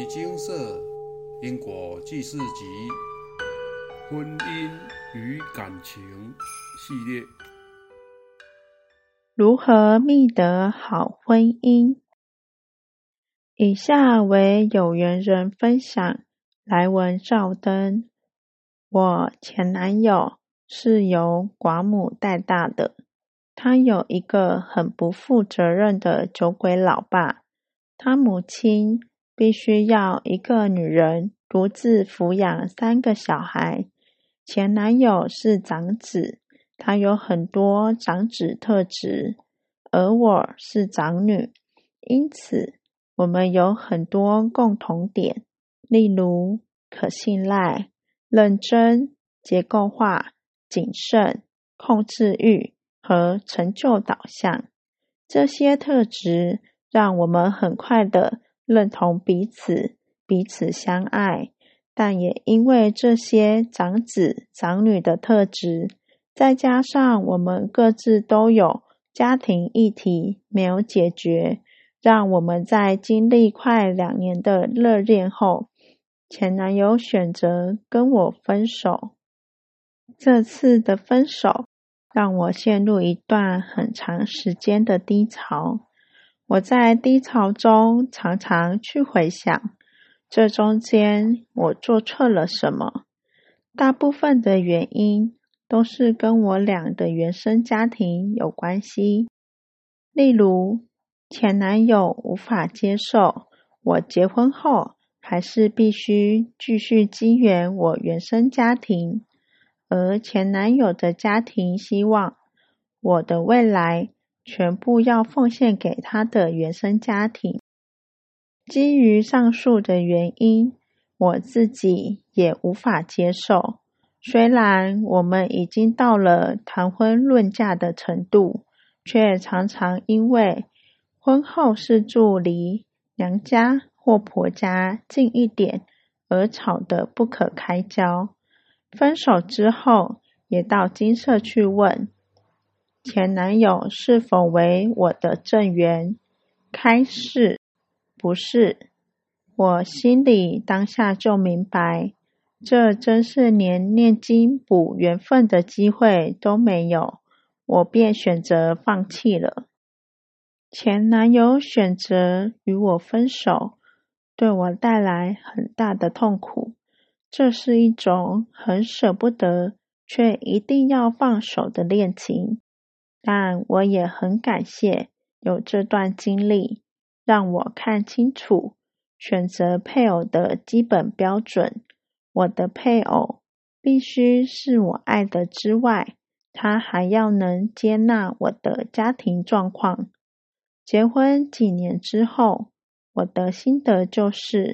精舍因果记事集婚姻与感情系列， 如何觅得好婚姻？以下为有缘人分享来文照登。我前男友是由寡母带大的，他有一个很不负责任的酒鬼老爸，他母亲必须要一个女人独自抚养3个小孩。前男友是长子，他有很多长子特质，而我是长女，因此我们有很多共同点，例如可信赖、认真、结构化、谨慎、控制欲和成就导向。这些特质让我们很快地认同彼此，彼此相爱，但也因为这些长子长女的特质，再加上我们各自都有家庭议题没有解决，让我们在经历快2年的热恋后，前男友选择跟我分手。这次的分手让我陷入一段很长时间的低潮。我在低潮中常常去回想，这中间我做错了什么？大部分的原因都是跟我俩的原生家庭有关系。例如，前男友无法接受我结婚后还是必须继续经营我原生家庭，而前男友的家庭希望我的未来全部要奉献给他的原生家庭。基于上述的原因，我自己也无法接受。虽然我们已经到了谈婚论嫁的程度，却常常因为婚后是住离娘家或婆家近一点而吵得不可开交。分手之后，也到精舍去问前男友是否为我的正缘，开示不是。我心里当下就明白，这真是连念经补缘分的机会都没有，我便选择放弃了。前男友选择与我分手，对我带来很大的痛苦，这是一种很舍不得却一定要放手的恋情，但我也很感谢有这段经历，让我看清楚选择配偶的基本标准。我的配偶必须是我爱的之外，他还要能接纳我的家庭状况。结婚几年之后，我的心得就是，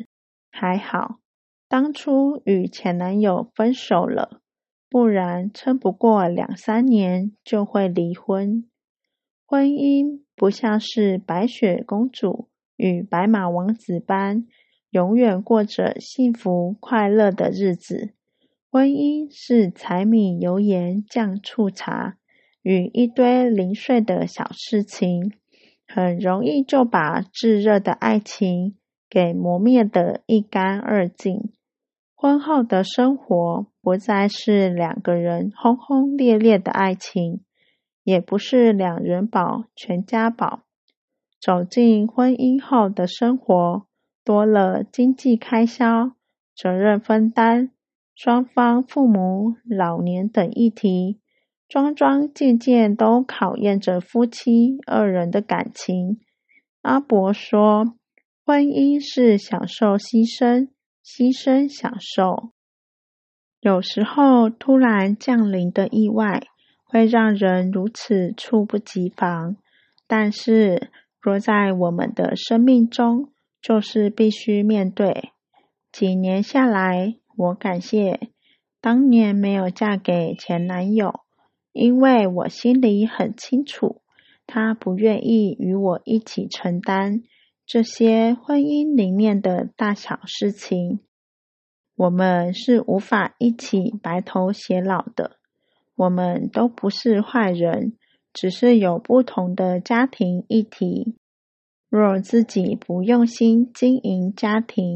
还好，当初与前男友分手了，不然撑不过2-3年就会离婚。婚姻不像是白雪公主与白马王子般永远过着幸福快乐的日子。婚姻是柴米油盐酱醋茶与一堆零碎的小事情，很容易就把炙热的爱情给磨灭得一干二净。婚后的生活不再是2个人轰轰烈烈的爱情，也不是2人保全家保。走进婚姻后的生活，多了经济开销、责任分担、双方父母老年等议题，桩桩件件都考验着夫妻2人的感情。阿伯说，婚姻是享受牺牲，牺牲享受。有时候突然降临的意外会让人如此猝不及防，但是若在我们的生命中，就是必须面对。几年下来，我感谢当年没有嫁给前男友，因为我心里很清楚，他不愿意与我一起承担这些婚姻里面的大小事情。我们是无法一起白头偕老的，我们都不是坏人，只是有不同的家庭议题。若自己不用心经营家庭，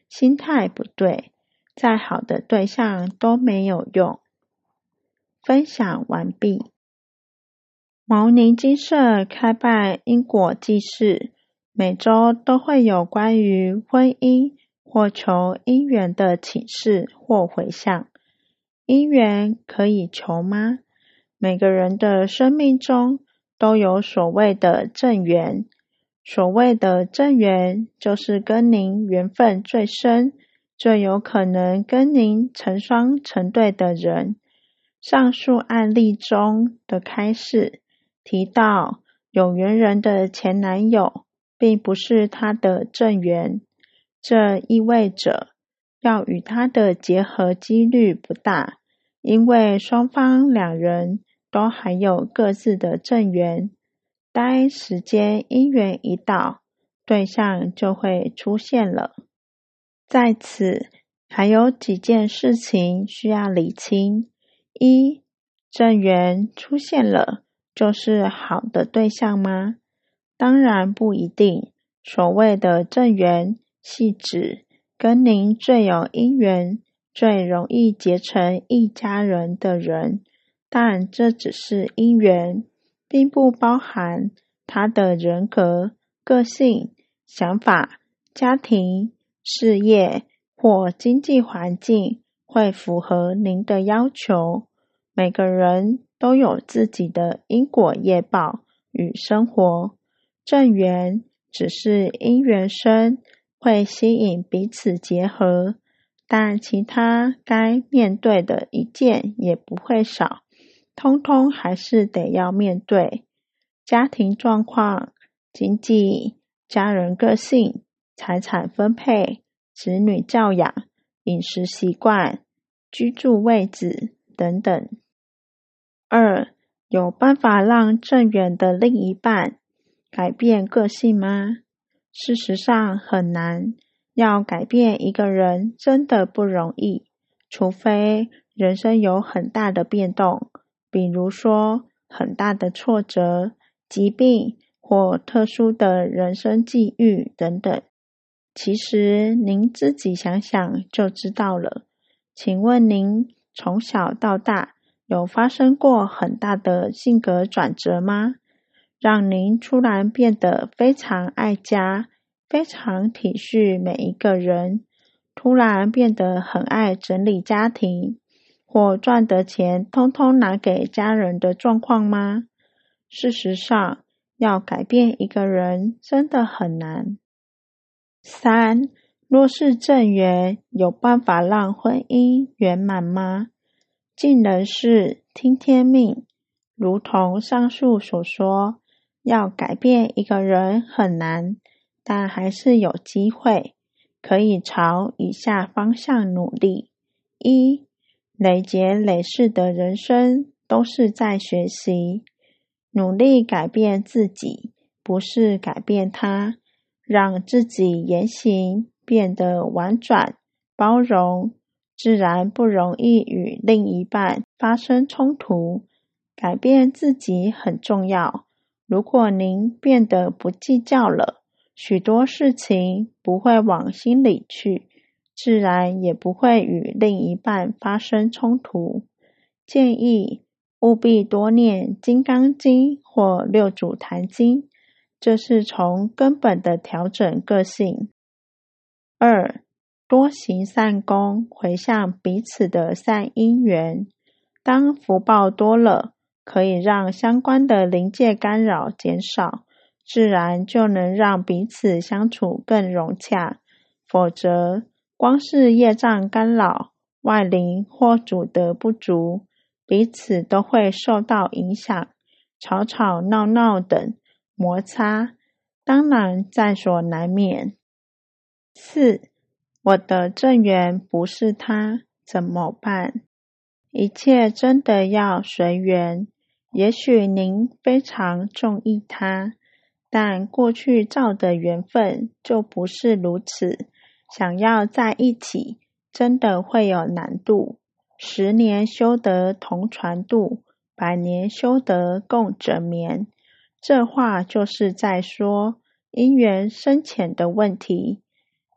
心态不对，再好的对象都没有用。分享完毕。牟尼精舍开办因果记事，每周都会有关于婚姻或求姻缘的请示或回向。姻缘可以求吗？每个人的生命中都有所谓的正缘，所谓的正缘就是跟您缘分最深，最有可能跟您成双成对的人。上述案例中的开示提到，有缘人的前男友并不是他的正缘，这意味着要与他的结合几率不大，因为双方两人都还有各自的正缘。待时间因缘一到，对象就会出现了。在此还有几件事情需要理清。一、正缘出现了，就是好的对象吗？当然不一定。所谓的正缘，系指跟您最有姻缘、最容易结成一家人的人，但这只是姻缘，并不包含他的人格、个性、想法、家庭、事业或经济环境会符合您的要求。每个人都有自己的因果业报与生活，正缘只是因缘深，会吸引彼此结合，但其他该面对的一件也不会少，通通还是得要面对。家庭状况、经济、家人个性、财产分配、子女教养、饮食习惯、居住位置等等。二、有办法让正缘的另一半改变个性吗？事实上很难，要改变一个人真的不容易，除非人生有很大的变动，比如说很大的挫折、疾病或特殊的人生际遇等等。其实您自己想想就知道了。请问您从小到大有发生过很大的性格转折吗？让您突然变得非常爱家，非常体恤每一个人，突然变得很爱整理家庭，或赚的钱通通拿给家人的状况吗？事实上，要改变一个人真的很难。三、若是正缘，有办法让婚姻圆满吗？尽人事，听天命。如同上述所说，要改变一个人很难，但还是有机会，可以朝以下方向努力。一、累劫累世的人生都是在学习，努力改变自己，不是改变他，让自己言行变得婉转、包容，自然不容易与另一半发生冲突。改变自己很重要，如果您变得不计较了，许多事情不会往心里去，自然也不会与另一半发生冲突。建议务必多念《金刚经》或六祖坛经，这是从根本的调整个性。二、多行善功，回向彼此的善因缘。当福报多了，可以让相关的灵界干扰减少，自然就能让彼此相处更融洽。否则，光是业障干扰、外灵或主德不足，彼此都会受到影响，吵吵闹闹等摩擦，当然在所难免。四、我的正缘不是他，怎么办？一切真的要随缘。也许您非常中意他，但过去造的缘分就不是如此，想要在一起真的会有难度。10年修得同船渡，100年修得共枕眠。这话就是在说因缘深浅的问题。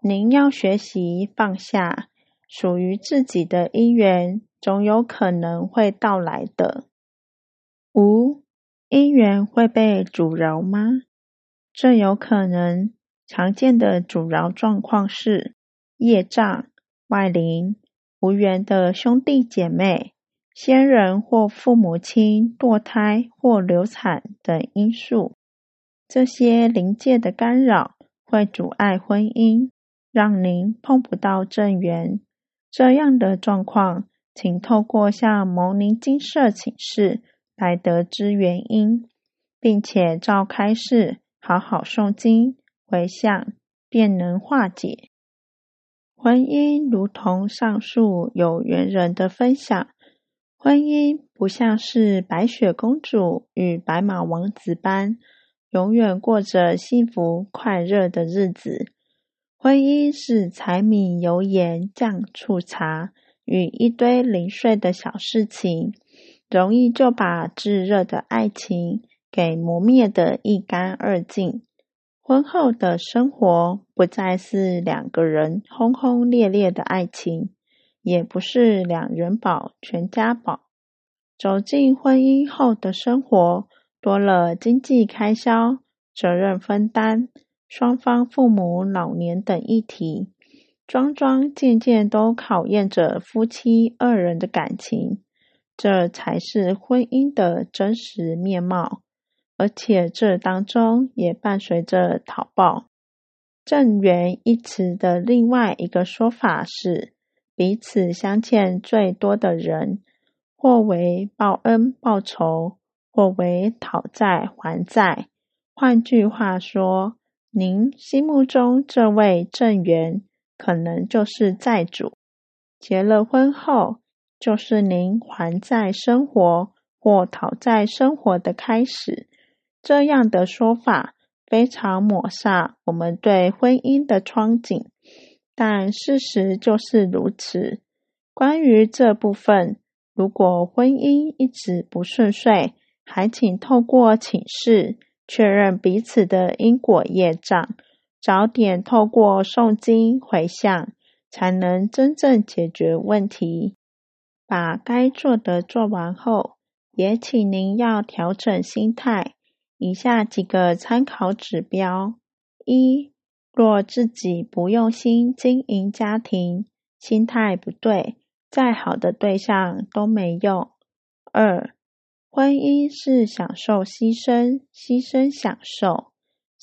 您要学习放下，属于自己的因缘，总有可能会到来的。5. 因缘会被阻挠吗？这有可能。常见的阻挠状况是业障、外灵、无缘的兄弟姐妹、先人或父母亲堕胎或流产等因素。这些灵界的干扰会阻碍婚姻，让您碰不到正缘。这样的状况，请透过向牟尼精舍请示来得知原因，并且照开示好好诵经回向，便能化解。婚姻如同上述有缘人的分享，婚姻不像是白雪公主与白马王子般永远过着幸福快乐的日子。婚姻是柴米油盐酱醋茶与一堆零碎的小事情，容易就把炙热的爱情给磨灭得一干二净。婚后的生活不再是两个人轰轰烈烈的爱情，也不是两人饱全家饱。走进婚姻后的生活，多了经济开销、责任分担、双方父母老年等议题，桩桩件件都考验着夫妻二人的感情，这才是婚姻的真实面貌。而且这当中也伴随着讨报。正缘一词的另外一个说法是，彼此相欠最多的人，或为报恩报仇，或为讨债还债。换句话说，您心目中这位正缘可能就是债主，结了婚后就是您还债生活或讨债生活的开始。这样的说法非常抹煞我们对婚姻的憧憬，但事实就是如此。关于这部分，如果婚姻一直不顺遂，还请透过请示确认彼此的因果业障，早点透过诵经回向，才能真正解决问题。把该做的做完后，也请您要调整心态。以下几个参考指标： 1. 若自己不用心经营家庭，心态不对，再好的对象都没用。 2. 婚姻是享受牺牲，牺牲享受。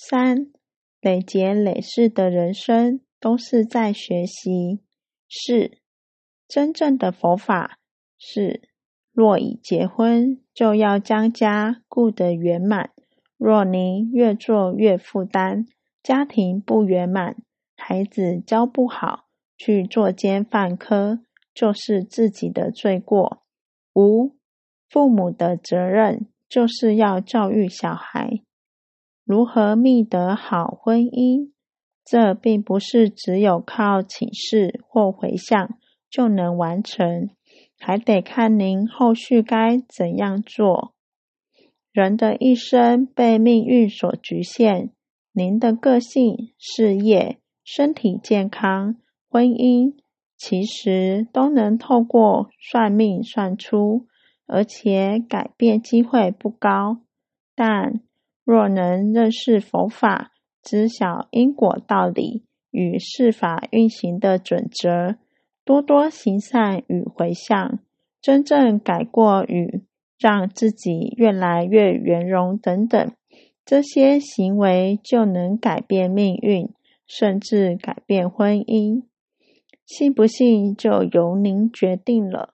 3. 累劫累世的人生都是在学习。 4. 真正的佛法是，若已结婚，就要将家顾得圆满。若您越做越负担，家庭不圆满，孩子教不好，去作奸犯科，就是自己的罪过。5. 父母的责任就是要教育小孩。如何觅得好婚姻？这并不是只有靠请示或回向就能完成，还得看您后续该怎样做。人的一生被命运所局限，您的个性、事业、身体健康、婚姻，其实都能透过算命算出，而且改变机会不高。但若能认识佛法，知晓因果道理与事法运行的准则，多多行善与回向，真正改过与让自己越来越圆融等等，这些行为就能改变命运，甚至改变婚姻。信不信就由您决定了。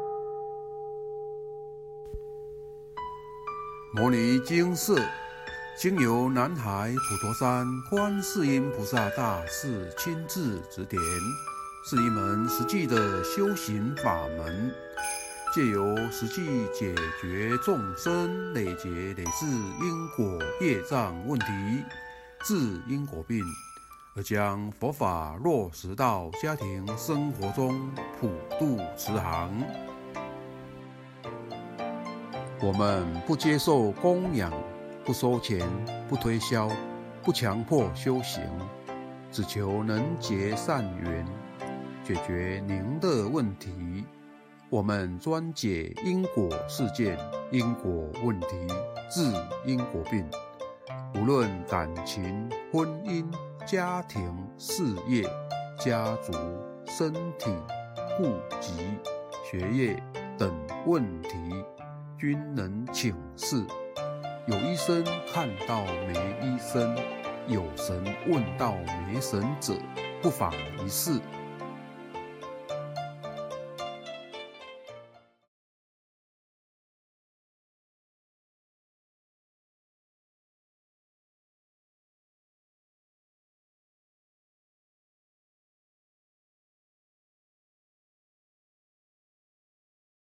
摩尼精舍经由南海普陀山观世音菩萨大士亲自指点，是一门实际的修行法门，借由实际解决众生累劫累世因果业障问题，治因果病，而将佛法落实到家庭生活中，普度慈航。我们不接受供养，不收钱，不推销，不强迫修行， 只求能结善缘，解决您的问题。我们专解因果事件、因果问题、治因果病，无论感情、婚姻、家庭、事业、家族、身体、户籍、学业等问题，均能请示。有医生看到没医生，有神问到没神者，不妨一试。